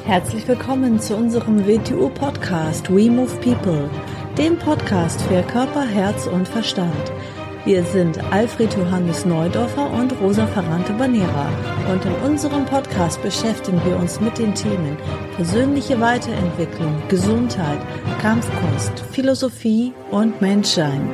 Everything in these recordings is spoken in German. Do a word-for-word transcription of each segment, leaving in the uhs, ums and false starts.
Herzlich willkommen zu unserem W T U-Podcast We Move People, dem Podcast für Körper, Herz und Verstand. Wir sind Alfred Johannes Neudorfer und Rosa Ferrante-Banera und in unserem Podcast beschäftigen wir uns mit den Themen persönliche Weiterentwicklung, Gesundheit, Kampfkunst, Philosophie und Menschsein.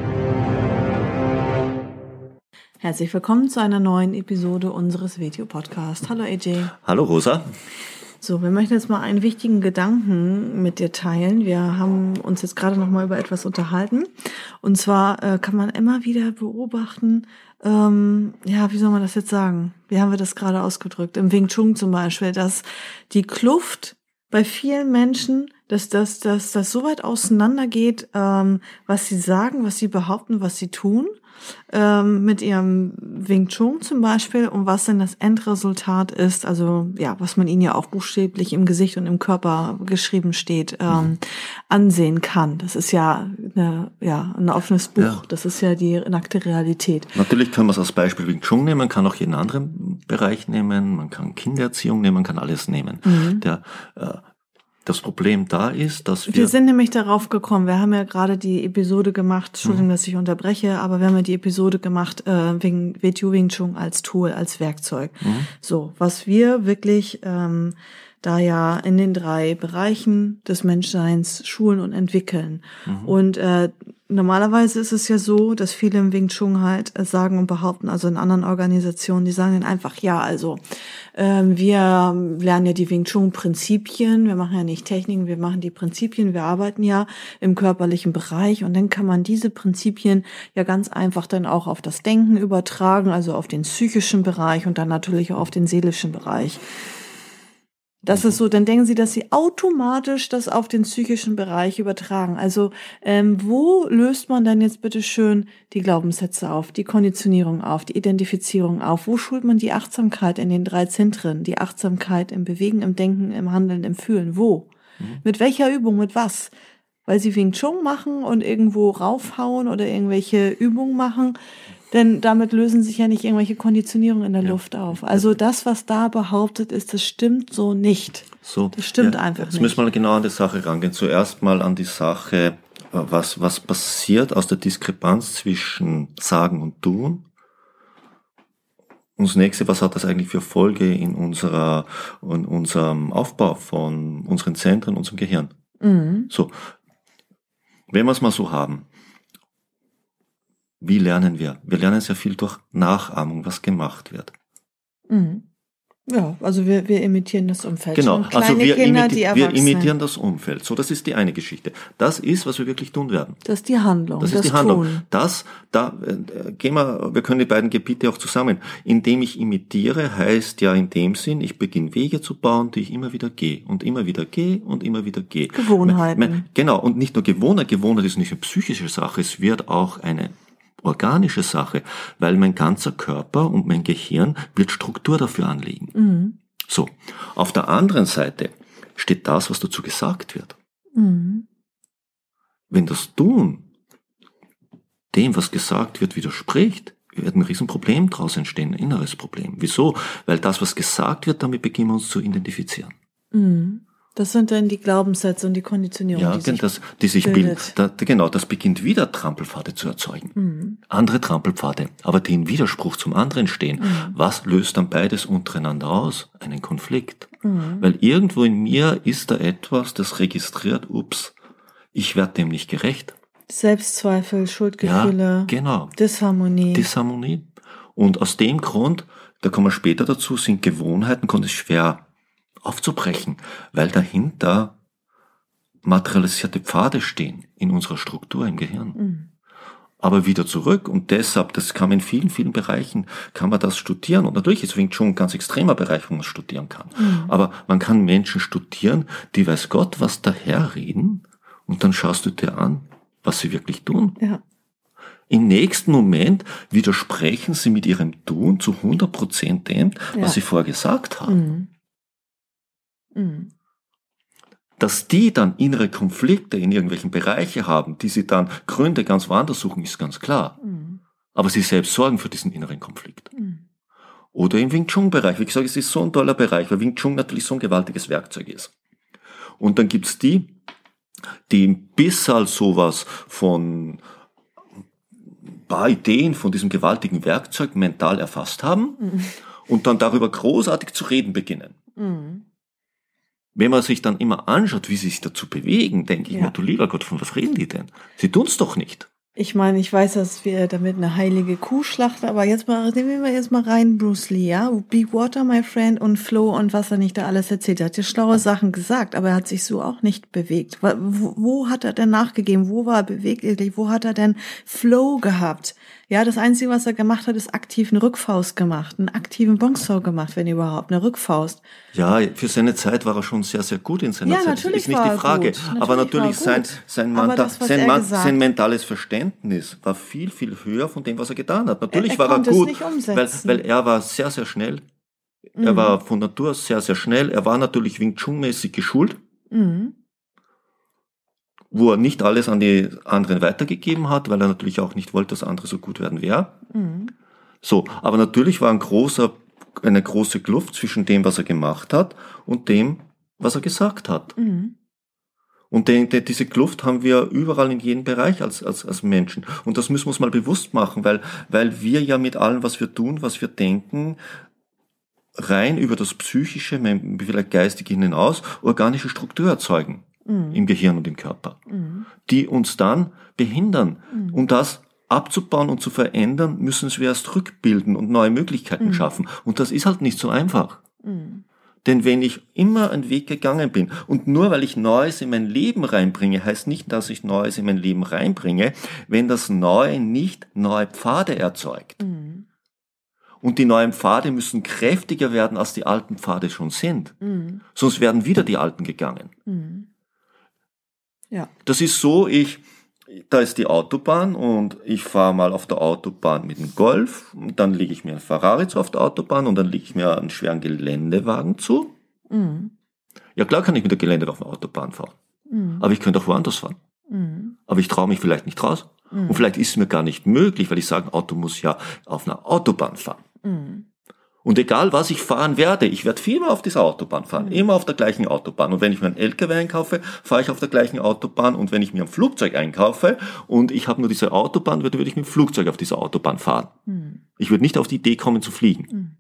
Herzlich willkommen zu einer neuen Episode unseres W T U-Podcasts. Hallo A J. Hallo Rosa. So, wir möchten jetzt mal einen wichtigen Gedanken mit dir teilen. Wir haben uns jetzt gerade noch mal über etwas unterhalten. Und zwar äh, kann man immer wieder beobachten, ähm, ja, wie soll man das jetzt sagen? Wie haben wir das gerade ausgedrückt? Im Wing Chun zum Beispiel, dass die Kluft bei vielen Menschen, dass das, dass das so weit auseinander geht, ähm, was sie sagen, was sie behaupten, was sie tun, ähm, mit ihrem Wing Chun zum Beispiel und was denn das Endresultat ist, also ja, was man ihnen ja auch buchstäblich im Gesicht und im Körper geschrieben steht, ähm, ansehen kann. Das ist ja eine, ja ein offenes Buch. Ja. Das ist ja die nackte Realität. Natürlich kann man es als Beispiel Wing Chun nehmen, man kann auch jeden anderen Bereich nehmen, man kann Kindererziehung nehmen, man kann alles nehmen. Mhm. Der äh, Das Problem da ist, dass wir... Wir sind nämlich darauf gekommen, wir haben ja gerade die Episode gemacht, Entschuldigung, mhm. dass ich unterbreche, aber wir haben ja die Episode gemacht, äh, wegen W T U Wing Chun als Tool, als Werkzeug. Mhm. So, was wir wirklich ähm, da ja in den drei Bereichen des Menschseins schulen und entwickeln. Mhm. Und äh, normalerweise ist es ja so, dass viele im Wing Chun halt äh, sagen und behaupten, also in anderen Organisationen, die sagen dann einfach, ja, also ähm, wir lernen ja die Wing Chun Prinzipien, wir machen ja nicht Techniken, wir machen die Prinzipien, wir arbeiten ja im körperlichen Bereich und dann kann man diese Prinzipien ja ganz einfach dann auch auf das Denken übertragen, also auf den psychischen Bereich und dann natürlich auch auf den seelischen Bereich. Das ist so, dann denken Sie, dass Sie automatisch das auf den psychischen Bereich übertragen. Also ähm, wo löst man dann jetzt bitte schön die Glaubenssätze auf, die Konditionierung auf, die Identifizierung auf? Wo schult man die Achtsamkeit in den drei Zentren, die Achtsamkeit im Bewegen, im Denken, im Handeln, im Fühlen? Wo? Mhm. Mit welcher Übung, mit was? Weil Sie Wing Chun machen und irgendwo raufhauen oder irgendwelche Übungen machen, denn damit lösen sich ja nicht irgendwelche Konditionierungen in der ja. Luft auf. Also das, was da behauptet ist, das stimmt so nicht. So, das stimmt ja, einfach jetzt nicht. Jetzt müssen wir genau an die Sache rangehen. Zuerst mal an die Sache, was, was passiert aus der Diskrepanz zwischen Sagen und Tun. Und das nächste, was hat das eigentlich für Folge in unserer, in unserem Aufbau von unseren Zentren, unserem Gehirn? Mhm. So, wenn wir es mal so haben. Wie lernen wir? Wir lernen sehr viel durch Nachahmung, was gemacht wird. Mhm. Ja, also wir, wir imitieren das Umfeld. Genau, kleine also wir, Kinder, imiti- die wir imitieren das Umfeld. So, das ist die eine Geschichte. Das ist, was wir wirklich tun werden. Das ist die Handlung. Das ist das die Handlung. Tun. Das, da äh, gehen wir, wir können die beiden Gebiete auch zusammen. Indem ich imitiere, heißt ja in dem Sinn, ich beginne Wege zu bauen, die ich immer wieder gehe und immer wieder gehe und immer wieder gehe. Gewohnheiten. Me- me- genau, und nicht nur Gewohnheit. Gewohnheit ist nicht eine psychische Sache, es wird auch eine organische Sache, weil mein ganzer Körper und mein Gehirn wird Struktur dafür anlegen. Mhm. So, auf der anderen Seite steht das, was dazu gesagt wird. Mhm. Wenn das Tun dem, was gesagt wird, widerspricht, wird ein Riesenproblem daraus entstehen, ein inneres Problem. Wieso? Weil das, was gesagt wird, damit beginnen wir uns zu identifizieren. Mhm. Das sind dann die Glaubenssätze und die Konditionierung, ja, die sich, das, die sich bilden. Da, genau, das beginnt wieder Trampelpfade zu erzeugen. Mhm. Andere Trampelpfade, aber die in Widerspruch zum anderen stehen. Mhm. Was löst dann beides untereinander aus? Einen Konflikt. Mhm. Weil irgendwo in mir ist da etwas, das registriert, ups, ich werde dem nicht gerecht. Selbstzweifel, Schuldgefühle, ja, genau. Disharmonie. Disharmonie. Und aus dem Grund, da kommen wir später dazu, sind Gewohnheiten, kommt es schwer aufzubrechen, weil dahinter materialisierte Pfade stehen in unserer Struktur im Gehirn. Mhm. Aber wieder zurück und deshalb, das kann man in vielen, vielen Bereichen, kann man das studieren und natürlich ist Wing Chun ein ganz extremer Bereich, wo man studieren kann. Mhm. Aber man kann Menschen studieren, die weiß Gott was daherreden und dann schaust du dir an, was sie wirklich tun. Ja. Im nächsten Moment widersprechen sie mit ihrem Tun zu hundert Prozent dem, ja. was sie vorher gesagt haben. Mhm. Mhm. Dass die dann innere Konflikte in irgendwelchen Bereichen haben, die sie dann Gründe ganz woanders suchen, ist ganz klar. Mhm. Aber sie selbst sorgen für diesen inneren Konflikt. Mhm. Oder im Wing Chun-Bereich. Wie gesagt, es ist so ein toller Bereich, weil Wing Chun natürlich so ein gewaltiges Werkzeug ist. Und dann gibt's die, die ein bisschen sowas von ein paar Ideen von diesem gewaltigen Werkzeug mental erfasst haben mhm. und dann darüber großartig zu reden beginnen. Mhm. Wenn man sich dann immer anschaut, wie sie sich dazu bewegen, denke ich ja. mir, du lieber Gott, von was reden die denn? Sie tun's doch nicht. Ich meine, ich weiß, dass wir damit eine heilige Kuh schlachten, aber jetzt mal, nehmen wir jetzt mal rein Bruce Lee, ja? Be Water, my friend und Flo und was er nicht da alles erzählt. Er hat ja schlaue Sachen gesagt, aber er hat sich so auch nicht bewegt. Wo, wo hat er denn nachgegeben? Wo war er beweglich? Wo hat er denn Flow gehabt? Ja, das Einzige, was er gemacht hat, ist aktiv eine Rückfaust gemacht, einen aktiven Bongso gemacht, wenn überhaupt, eine Rückfaust. Ja, für seine Zeit war er schon sehr, sehr gut in seiner ja, Zeit. Natürlich das ist nicht war die Frage. Gut. Natürlich aber natürlich sein, sein, Manta, das, sein, Man, sein mentales Verständnis war viel, viel höher von dem, was er getan hat. Natürlich er, er war er gut, weil, weil er war sehr, sehr schnell. Mhm. Er war von Natur aus sehr, sehr schnell. Er war natürlich Wing Chun-mäßig geschult. Mhm. Wo er nicht alles an die anderen weitergegeben hat, weil er natürlich auch nicht wollte, dass andere so gut werden wie er. Mhm. So, aber natürlich war ein großer, eine große Kluft zwischen dem, was er gemacht hat und dem, was er gesagt hat. Mhm. Und den, den, diese Kluft haben wir überall in jedem Bereich als, als, als Menschen. Und das müssen wir uns mal bewusst machen, weil, weil wir ja mit allem, was wir tun, was wir denken, rein über das Psychische, vielleicht geistig hinaus, organische Struktur erzeugen. Mhm. Im Gehirn und im Körper, mhm. die uns dann behindern. Mhm. Um das abzubauen und zu verändern, müssen wir erst rückbilden und neue Möglichkeiten mhm. schaffen. Und das ist halt nicht so einfach. Mhm. Denn wenn ich immer einen Weg gegangen bin und nur weil ich Neues in mein Leben reinbringe, heißt nicht, dass ich Neues in mein Leben reinbringe, wenn das Neue nicht neue Pfade erzeugt. Mhm. Und die neuen Pfade müssen kräftiger werden, als die alten Pfade schon sind. Mhm. Sonst werden wieder die alten gegangen. Mhm. Ja. Das ist so, ich, da ist die Autobahn und ich fahre mal auf der Autobahn mit dem Golf und dann lege ich mir ein Ferrari zu auf der Autobahn und dann lege ich mir einen schweren Geländewagen zu. Mhm. Ja klar kann ich mit der Geländewagen auf der Autobahn fahren, mhm. aber ich könnte auch woanders fahren. Mhm. Aber ich traue mich vielleicht nicht raus. Mhm. Und vielleicht ist es mir gar nicht möglich, weil ich sage, ein Auto muss ja auf einer Autobahn fahren. Mhm. Und egal, was ich fahren werde, ich werde viermal auf dieser Autobahn fahren, mhm. immer auf der gleichen Autobahn. Und wenn ich mir einen L K W einkaufe, fahre ich auf der gleichen Autobahn. Und wenn ich mir ein Flugzeug einkaufe und ich habe nur diese Autobahn, würde, würde ich mit dem Flugzeug auf dieser Autobahn fahren. Mhm. Ich würde nicht auf die Idee kommen zu fliegen. Mhm.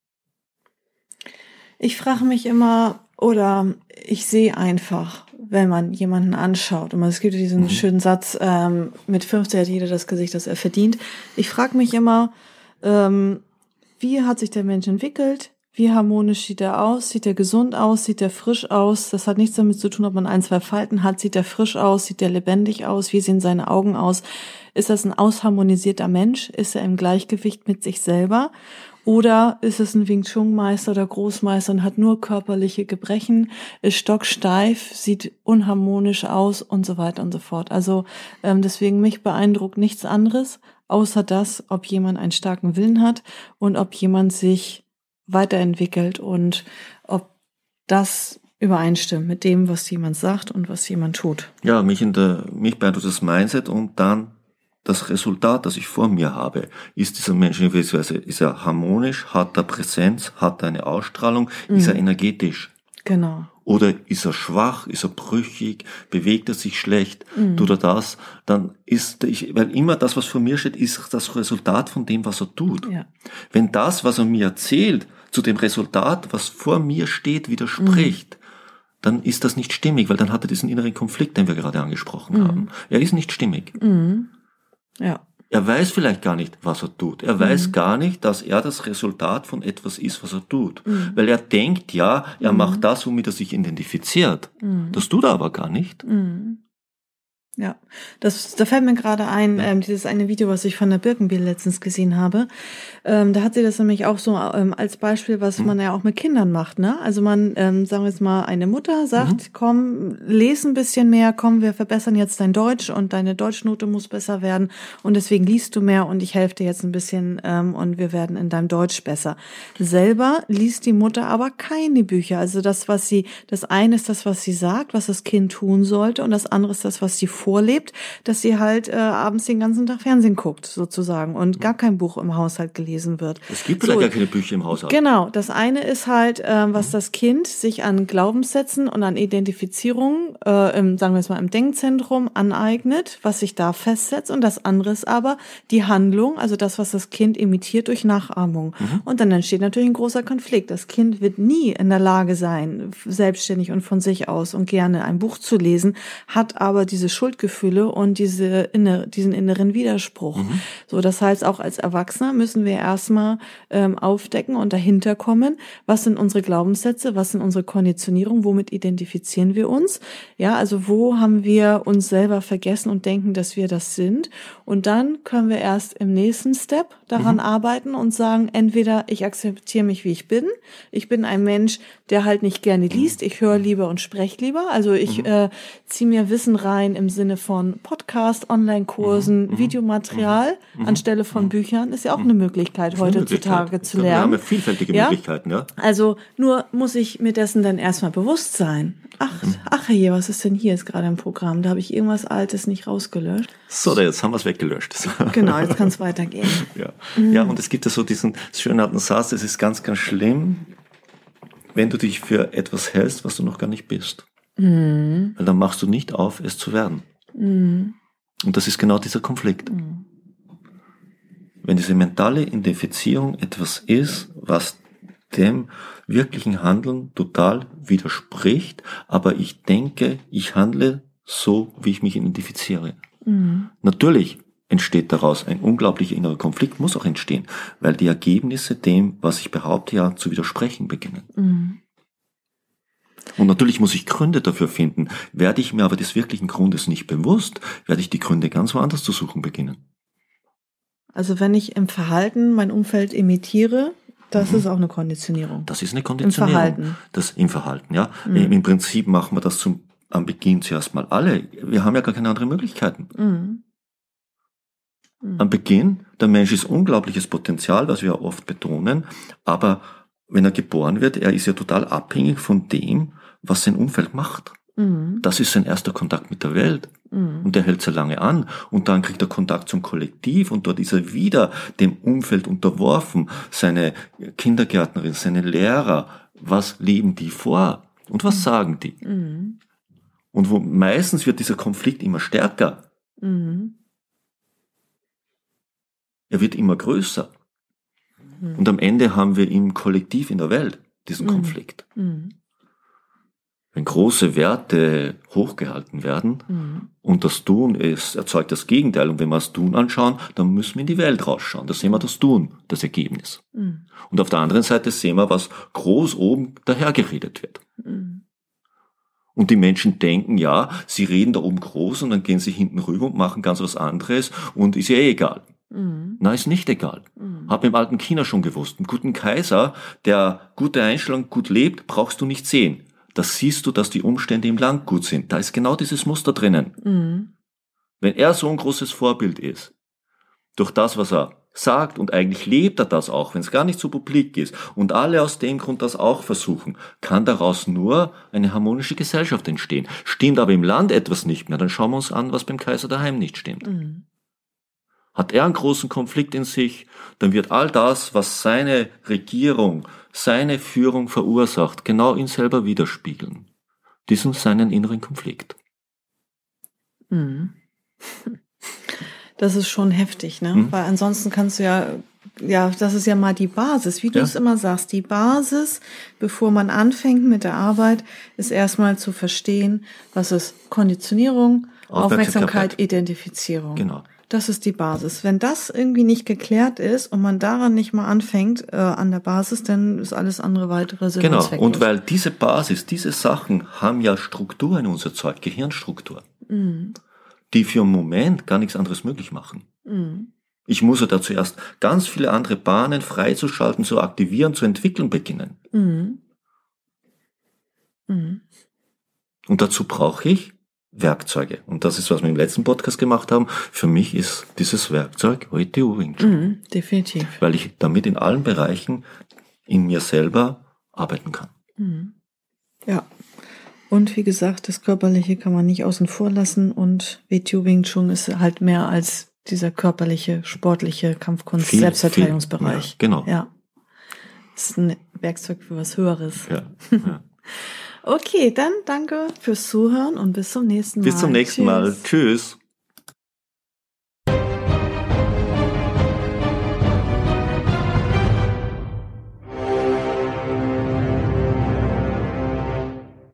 Ich frage mich immer, oder ich sehe einfach, wenn man jemanden anschaut, und es gibt diesen mhm. schönen Satz, ähm, mit fünfzig hat jeder das Gesicht, das er verdient. Ich frage mich immer, ähm, wie hat sich der Mensch entwickelt? Wie harmonisch sieht er aus? Sieht er gesund aus? Sieht er frisch aus? Das hat nichts damit zu tun, ob man ein, zwei Falten hat. Sieht er frisch aus? Sieht er lebendig aus? Wie sehen seine Augen aus? Ist das ein ausharmonisierter Mensch? Ist er im Gleichgewicht mit sich selber? Oder ist es ein Wing Chun Meister oder Großmeister und hat nur körperliche Gebrechen, ist stocksteif, sieht unharmonisch aus und so weiter und so fort. Also ähm, deswegen mich beeindruckt nichts anderes, außer das, ob jemand einen starken Willen hat und ob jemand sich weiterentwickelt und ob das übereinstimmt mit dem, was jemand sagt und was jemand tut. Ja, mich in der mich beeindruckt das Mindset und dann das Resultat, das ich vor mir habe. Ist dieser Mensch in gewisser Weise, ist er harmonisch, hat er Präsenz, hat er eine Ausstrahlung, mhm. ist er energetisch? Genau. Oder ist er schwach, ist er brüchig, bewegt er sich schlecht, mhm. tut er das, dann ist ich, weil immer das, was vor mir steht, ist das Resultat von dem, was er tut. Ja. Wenn das, was er mir erzählt, zu dem Resultat, was vor mir steht, widerspricht, mhm. dann ist das nicht stimmig, weil dann hat er diesen inneren Konflikt, den wir gerade angesprochen mhm. haben. Er ist nicht stimmig. Mhm. Ja. Er weiß vielleicht gar nicht, was er tut. Er mhm. weiß gar nicht, dass er das Resultat von etwas ist, was er tut. Mhm. Weil er denkt, ja, er mhm. macht das, womit er sich identifiziert. Mhm. Das tut er aber gar nicht. Mhm. Ja, das, da fällt mir gerade ein, ja. ähm, dieses eine Video, was ich von der Birkenbiel letztens gesehen habe. Ähm, da hat sie das nämlich auch so ähm, als Beispiel, was mhm. man ja auch mit Kindern macht, ne? Also man, ähm, sagen wir jetzt mal, eine Mutter sagt, mhm. komm, les ein bisschen mehr, komm, wir verbessern jetzt dein Deutsch und deine Deutschnote muss besser werden und deswegen liest du mehr und ich helfe dir jetzt ein bisschen ähm, und wir werden in deinem Deutsch besser. Selber liest die Mutter aber keine Bücher. Also das, was sie, das eine ist das, was sie sagt, was das Kind tun sollte und das andere ist das, was sie vorlebt, dass sie halt äh, abends den ganzen Tag Fernsehen guckt, sozusagen, und gar kein Buch im Haushalt gelesen wird. Es gibt vielleicht so, gar keine Bücher im Haushalt. Genau, das eine ist halt, äh, was das Kind sich an Glaubenssätzen und an Identifizierung, äh, im, sagen wir es mal, im Denkzentrum aneignet, was sich da festsetzt, und das andere ist aber die Handlung, also das, was das Kind imitiert durch Nachahmung. Mhm. Und dann entsteht natürlich ein großer Konflikt. Das Kind wird nie in der Lage sein, selbstständig und von sich aus und gerne ein Buch zu lesen, hat aber diese Schuldgefühle und diese inne, diesen inneren Widerspruch. Mhm. So, das heißt, auch als Erwachsener müssen wir erstmal ähm, aufdecken und dahinter kommen, was sind unsere Glaubenssätze, was sind unsere Konditionierungen, womit identifizieren wir uns? Ja, also wo haben wir uns selber vergessen und denken, dass wir das sind? Und dann können wir erst im nächsten Step daran mhm. arbeiten und sagen, entweder ich akzeptiere mich, wie ich bin, ich bin ein Mensch, der halt nicht gerne liest, ich höre lieber und spreche lieber, also ich mhm. äh, ziehe mir Wissen rein im Sinne von Podcast, Online-Kursen, mhm. Videomaterial mhm. anstelle von mhm. Büchern, ist ja auch eine Möglichkeit, heutzutage zu lernen. Wir haben ja vielfältige ja? Möglichkeiten, ja. Also nur muss ich mir dessen dann erstmal bewusst sein. Ach, mhm. ach je, was ist denn hier jetzt gerade im Programm? Da habe ich irgendwas Altes nicht rausgelöscht. So, jetzt haben wir es weggelöscht. Genau, jetzt kann es weitergehen. Ja. Mhm. ja, und es gibt ja so diesen schönen alten Satz, es ist ganz, ganz schlimm, wenn du dich für etwas hältst, was du noch gar nicht bist. Mhm. Weil dann machst du nicht auf, es zu werden. Mhm. Und das ist genau dieser Konflikt. Mhm. Wenn diese mentale Identifizierung etwas ist, was dem wirklichen Handeln total widerspricht, aber ich denke, ich handle so, wie ich mich identifiziere. Mhm. Natürlich entsteht daraus ein unglaublicher innerer Konflikt, muss auch entstehen, weil die Ergebnisse dem, was ich behaupte, ja zu widersprechen beginnen. Mhm. Und natürlich muss ich Gründe dafür finden. Werde ich mir aber des wirklichen Grundes nicht bewusst, werde ich die Gründe ganz woanders zu suchen beginnen. Also wenn ich im Verhalten mein Umfeld imitiere, das mhm. ist auch eine Konditionierung. Das ist eine Konditionierung. Im Verhalten. Das im Verhalten, ja. Mhm. Im Prinzip machen wir das zum, am Beginn zuerst mal alle. Wir haben ja gar keine anderen Möglichkeiten. Mhm. Mhm. Am Beginn, der Mensch ist unglaubliches Potenzial, was wir oft betonen, aber wenn er geboren wird, er ist ja total abhängig von dem, was sein Umfeld macht. Mhm. Das ist sein erster Kontakt mit der Welt. Mhm. Und der hält sehr lange an. Und dann kriegt er Kontakt zum Kollektiv und dort ist er wieder dem Umfeld unterworfen. Seine Kindergärtnerin, seine Lehrer, was leben die vor? Und was mhm. sagen die? Mhm. Und wo meistens wird dieser Konflikt immer stärker. Mhm. Er wird immer größer. Mhm. Und am Ende haben wir im Kollektiv in der Welt diesen mhm. Konflikt. Mhm. Wenn große Werte hochgehalten werden mhm. und das Tun ist, erzeugt das Gegenteil. Und wenn wir das Tun anschauen, dann müssen wir in die Welt rausschauen. Da sehen wir das Tun, das Ergebnis. Mhm. Und auf der anderen Seite sehen wir, was groß oben dahergeredet wird. Mhm. Und die Menschen denken, ja, sie reden da oben groß und dann gehen sie hinten rüber und machen ganz was anderes und ist ja eh egal. Mhm. Nein, ist nicht egal. Mhm. Hab im alten China schon gewusst. Einen guten Kaiser, der gute Einstellung gut lebt, brauchst du nicht sehen. Das siehst du, dass die Umstände im Land gut sind. Da ist genau dieses Muster drinnen. Mhm. Wenn er so ein großes Vorbild ist, durch das, was er sagt, und eigentlich lebt er das auch, wenn es gar nicht so publik ist, und alle aus dem Grund das auch versuchen, kann daraus nur eine harmonische Gesellschaft entstehen. Stimmt aber im Land etwas nicht mehr, dann schauen wir uns an, was beim Kaiser daheim nicht stimmt. Mhm. Hat er einen großen Konflikt in sich, dann wird all das, was seine Regierung, seine Führung verursacht, genau ihn selber widerspiegeln. Diesen seinen inneren Konflikt. Das ist schon heftig, ne? Mhm. Weil ansonsten kannst du ja, ja, das ist ja mal die Basis, wie du ja. es immer sagst. Die Basis, bevor man anfängt mit der Arbeit, ist erstmal zu verstehen, was ist Konditionierung, Aufmerksamkeit, Identifizierung. Genau. Das ist die Basis. Wenn das irgendwie nicht geklärt ist und man daran nicht mal anfängt, äh, an der Basis, dann ist alles andere weitere sinnlos. Genau, und weil diese Basis, diese Sachen haben ja Struktur in uns erzeugt, Gehirnstruktur, mhm. die für einen Moment gar nichts anderes möglich machen. Mhm. Ich muss ja da zuerst ganz viele andere Bahnen freizuschalten, zu aktivieren, zu entwickeln beginnen. Mhm. Mhm. Und dazu brauche ich Werkzeuge. Und das ist, was wir im letzten Podcast gemacht haben. Für mich ist dieses Werkzeug heute Wing Chun. Mhm, definitiv. Weil ich damit in allen Bereichen in mir selber arbeiten kann. Mhm. Ja. Und wie gesagt, das Körperliche kann man nicht außen vor lassen und W T U Wing Chun ist halt mehr als dieser körperliche, sportliche Kampfkunst, Viel, Selbstverteidigungsbereich. Viel, ja, genau. Ja. Das ist ein Werkzeug für was Höheres. Ja, ja. Okay, dann danke fürs Zuhören und bis zum nächsten Mal. Bis zum nächsten Tschüss. Mal. Tschüss.